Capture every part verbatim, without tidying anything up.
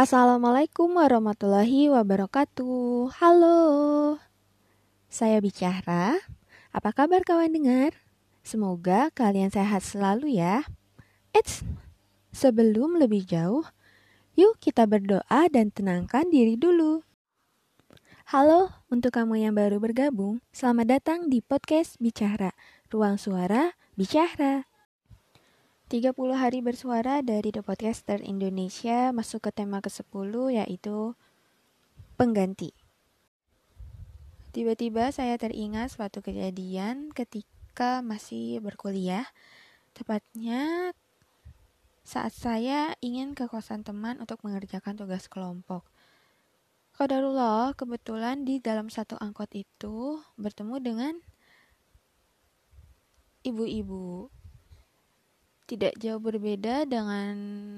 Assalamualaikum warahmatullahi wabarakatuh. Halo, saya Bicara. Apa kabar kawan dengar? Semoga kalian sehat selalu ya. Eits, sebelum lebih jauh, yuk kita berdoa dan tenangkan diri dulu. Halo, untuk kamu yang baru bergabung, selamat datang di podcast Bicara, ruang suara Bicara. tiga puluh hari bersuara dari The Podcaster Indonesia masuk ke tema kesepuluh yaitu pengganti. Tiba-tiba saya teringat suatu kejadian ketika masih berkuliah, tepatnya saat saya ingin ke kosan teman untuk mengerjakan tugas kelompok. Qadarullah, kebetulan di dalam satu angkot itu bertemu dengan ibu-ibu. Tidak jauh berbeda dengan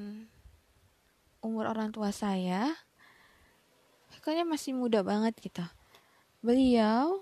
umur orang tua saya, kayaknya masih muda banget gitu. Beliau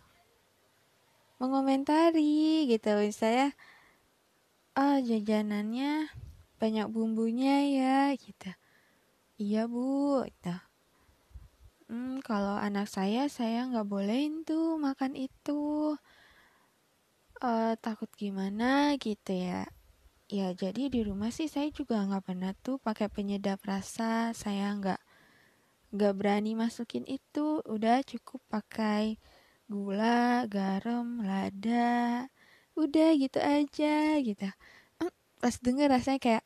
mengomentari gitu, saya ah jajanannya banyak bumbunya ya gitu. Iya bu gitu. Hmm, kalau anak saya saya nggak bolehin tuh makan itu. Uh, takut gimana gitu ya. Ya jadi di rumah sih saya juga nggak pernah tuh pakai penyedap rasa. Saya nggak nggak berani masukin itu. Udah cukup pakai gula, garam, lada. Udah gitu aja gitu. Hmm, pas denger rasanya kayak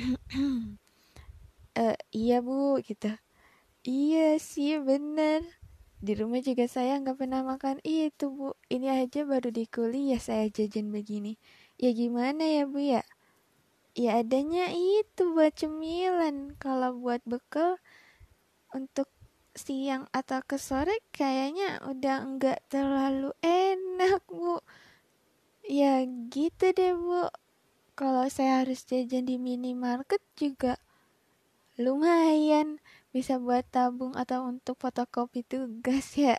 e, iya bu gitu. Iya sih bener. Di rumah juga saya nggak pernah makan itu bu. Ini aja baru di kuliah saya jajan begini. Ya gimana ya bu ya? Ya adanya itu buat cemilan. Kalau buat bekal untuk siang atau ke sore kayaknya udah nggak terlalu enak bu. Ya gitu deh bu. Kalau saya harus jajan di minimarket juga lumayan bisa buat tabung atau untuk fotokopi tugas ya.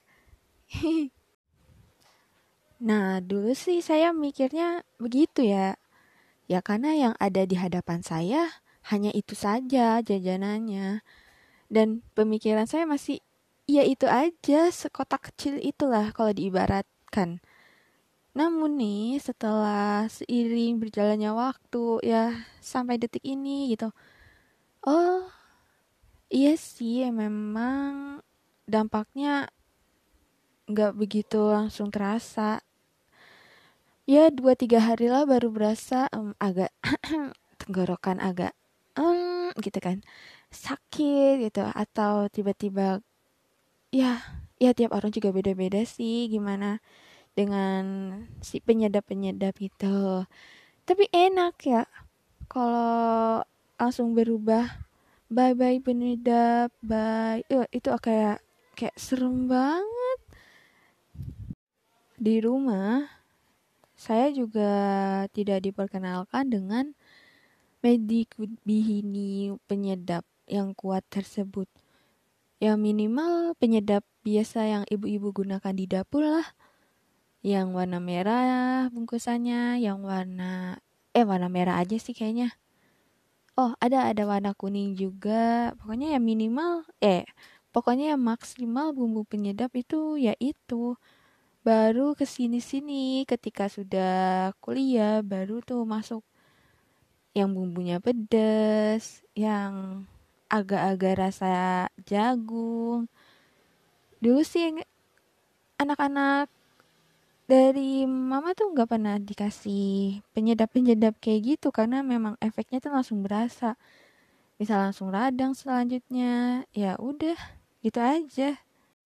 Nah, dulu sih saya mikirnya begitu ya. Ya karena yang ada di hadapan saya hanya itu saja jajanannya. Dan pemikiran saya masih, ya itu aja, sekotak kecil itulah kalau diibaratkan. Namun nih, setelah seiring berjalannya waktu, ya sampai detik ini gitu. Oh, iya sih, memang dampaknya nggak begitu langsung terasa. Ya dua tiga hari lah baru berasa um, agak tenggorokan agak um, gitu kan sakit gitu atau tiba-tiba ya ya tiap orang juga beda-beda sih gimana dengan si penyedap-penyedap itu. Tapi enak ya kalau langsung berubah bye bye penyedap bye uh, itu kayak kayak serem banget. Di rumah saya juga tidak diperkenalkan dengan medikubihini penyedap yang kuat tersebut. Ya minimal penyedap biasa yang ibu-ibu gunakan di dapur lah. Yang warna merah bungkusannya, yang warna eh warna merah aja sih kayaknya. Oh, ada ada warna kuning juga. Pokoknya ya minimal eh pokoknya ya maksimal bumbu penyedap itu ya itu. Baru kesini-sini ketika sudah kuliah baru tuh masuk yang bumbunya pedas, yang agak-agak rasa jagung. Dulu sih anak-anak dari mama tuh nggak pernah dikasih penyedap-penyedap kayak gitu karena memang efeknya tuh langsung berasa. Bisa langsung radang selanjutnya. Ya udah, gitu aja.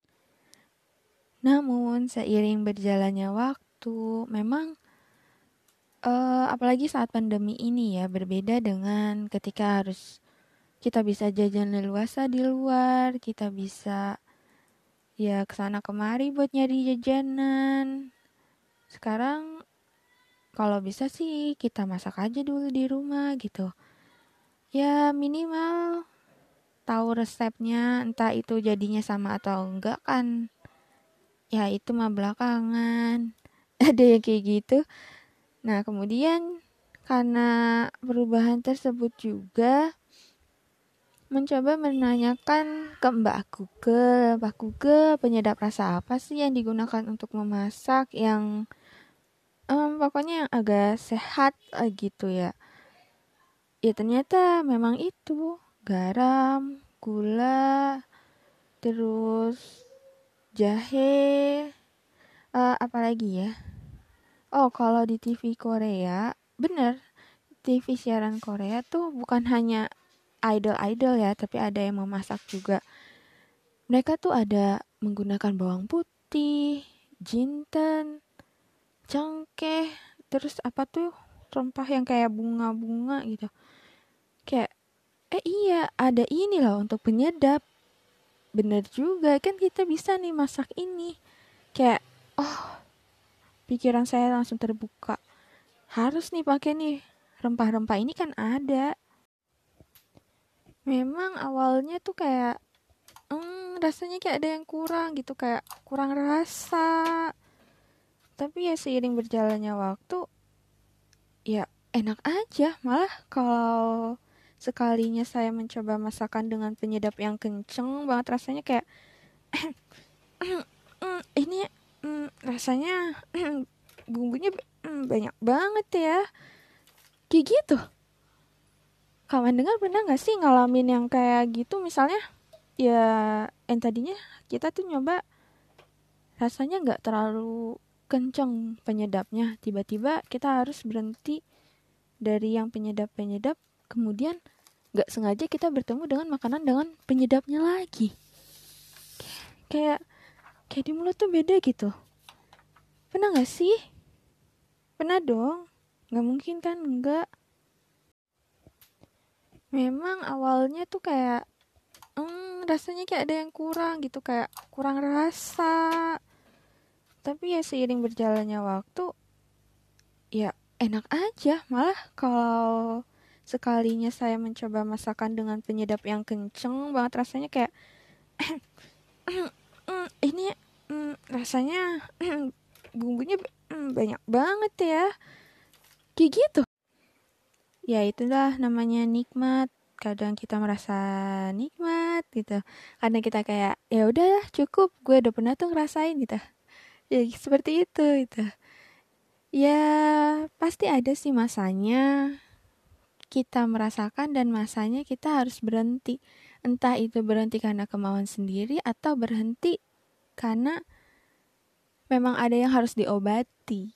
Namun seiring berjalannya waktu, memang uh, apalagi saat pandemi ini ya berbeda dengan ketika harus kita bisa jajan leluasa di luar, kita bisa ya kesana kemari buat nyari jajanan. Sekarang kalau bisa sih kita masak aja dulu di rumah gitu. Ya minimal tahu resepnya, entah itu jadinya sama atau enggak kan. Ya itu mah belakangan. Ada yang kayak gitu. Nah kemudian karena perubahan tersebut juga mencoba menanyakan ke Mbak Google, Mbak Google penyedap rasa apa sih yang digunakan untuk memasak yang em, pokoknya yang agak sehat eh, gitu ya. Ya ternyata memang itu garam, gula, terus jahe, eh, apalagi ya. Oh kalau di T V Korea, bener T V siaran Korea tuh bukan hanya idol-idol ya, tapi ada yang memasak juga. Mereka tuh ada menggunakan bawang putih, jinten, cengkeh, terus apa tuh rempah yang kayak bunga-bunga gitu. Kayak, eh iya ada ini loh untuk penyedap. Bener juga kan kita bisa nih masak ini. Kayak, oh pikiran saya langsung terbuka. Harus nih pakai nih rempah-rempah ini kan ada. Memang awalnya tuh kayak Hmm, rasanya kayak ada yang kurang gitu, kayak kurang rasa. Tapi ya seiring berjalannya waktu, ya enak aja. Malah kalau sekalinya saya mencoba masakan dengan penyedap yang kenceng banget rasanya kayak "Mm, ini mm, rasanya bumbunya mm, banyak banget ya." Kayak gitu. Kawan dengar pernah gak sih ngalamin yang kayak gitu misalnya? Ya, yang tadinya kita tuh nyoba rasanya nggak terlalu kenceng penyedapnya. Tiba-tiba kita harus berhenti dari yang penyedap-penyedap. Kemudian nggak sengaja kita bertemu dengan makanan dengan penyedapnya lagi. Kayak kayak di mulut tuh beda gitu. Pernah nggak sih? Pernah dong. Nggak mungkin kan? Nggak. Memang awalnya tuh kayak hmm, rasanya kayak ada yang kurang gitu. Kayak kurang rasa. Tapi ya seiring berjalannya waktu, ya enak aja. Malah kalau sekalinya saya mencoba masakan dengan penyedap yang kenceng banget rasanya kayak "Mm, ini mm, rasanya bumbunya mm, banyak banget ya." Kayak gitu. Ya itulah namanya nikmat. Kadang kita merasa nikmat gitu. Karena kita kayak ya udahlah cukup, gue udah pernah tuh ngerasain gitu. Ya seperti itu itu. Ya pasti ada sih masanya kita merasakan dan masanya kita harus berhenti. Entah itu berhenti karena kemauan sendiri atau berhenti karena memang ada yang harus diobati.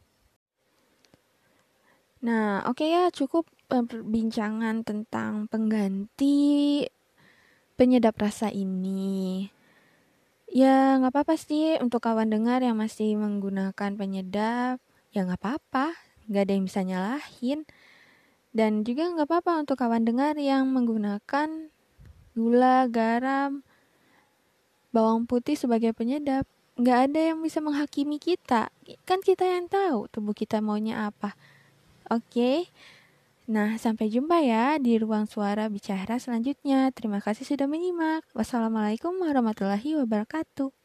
Nah, oke okay ya, cukup perbincangan tentang pengganti penyedap rasa ini. Ya, nggak apa-apa sih untuk kawan dengar yang masih menggunakan penyedap. Ya nggak apa-apa, nggak ada yang bisa nyalahin. Dan juga nggak apa-apa untuk kawan dengar yang menggunakan gula, garam, bawang putih sebagai penyedap. Nggak ada yang bisa menghakimi kita. Kan kita yang tahu tubuh kita maunya apa. Oke? Okay? Nah, sampai jumpa ya di ruang suara bicara selanjutnya. Terima kasih sudah menyimak. Wassalamualaikum warahmatullahi wabarakatuh.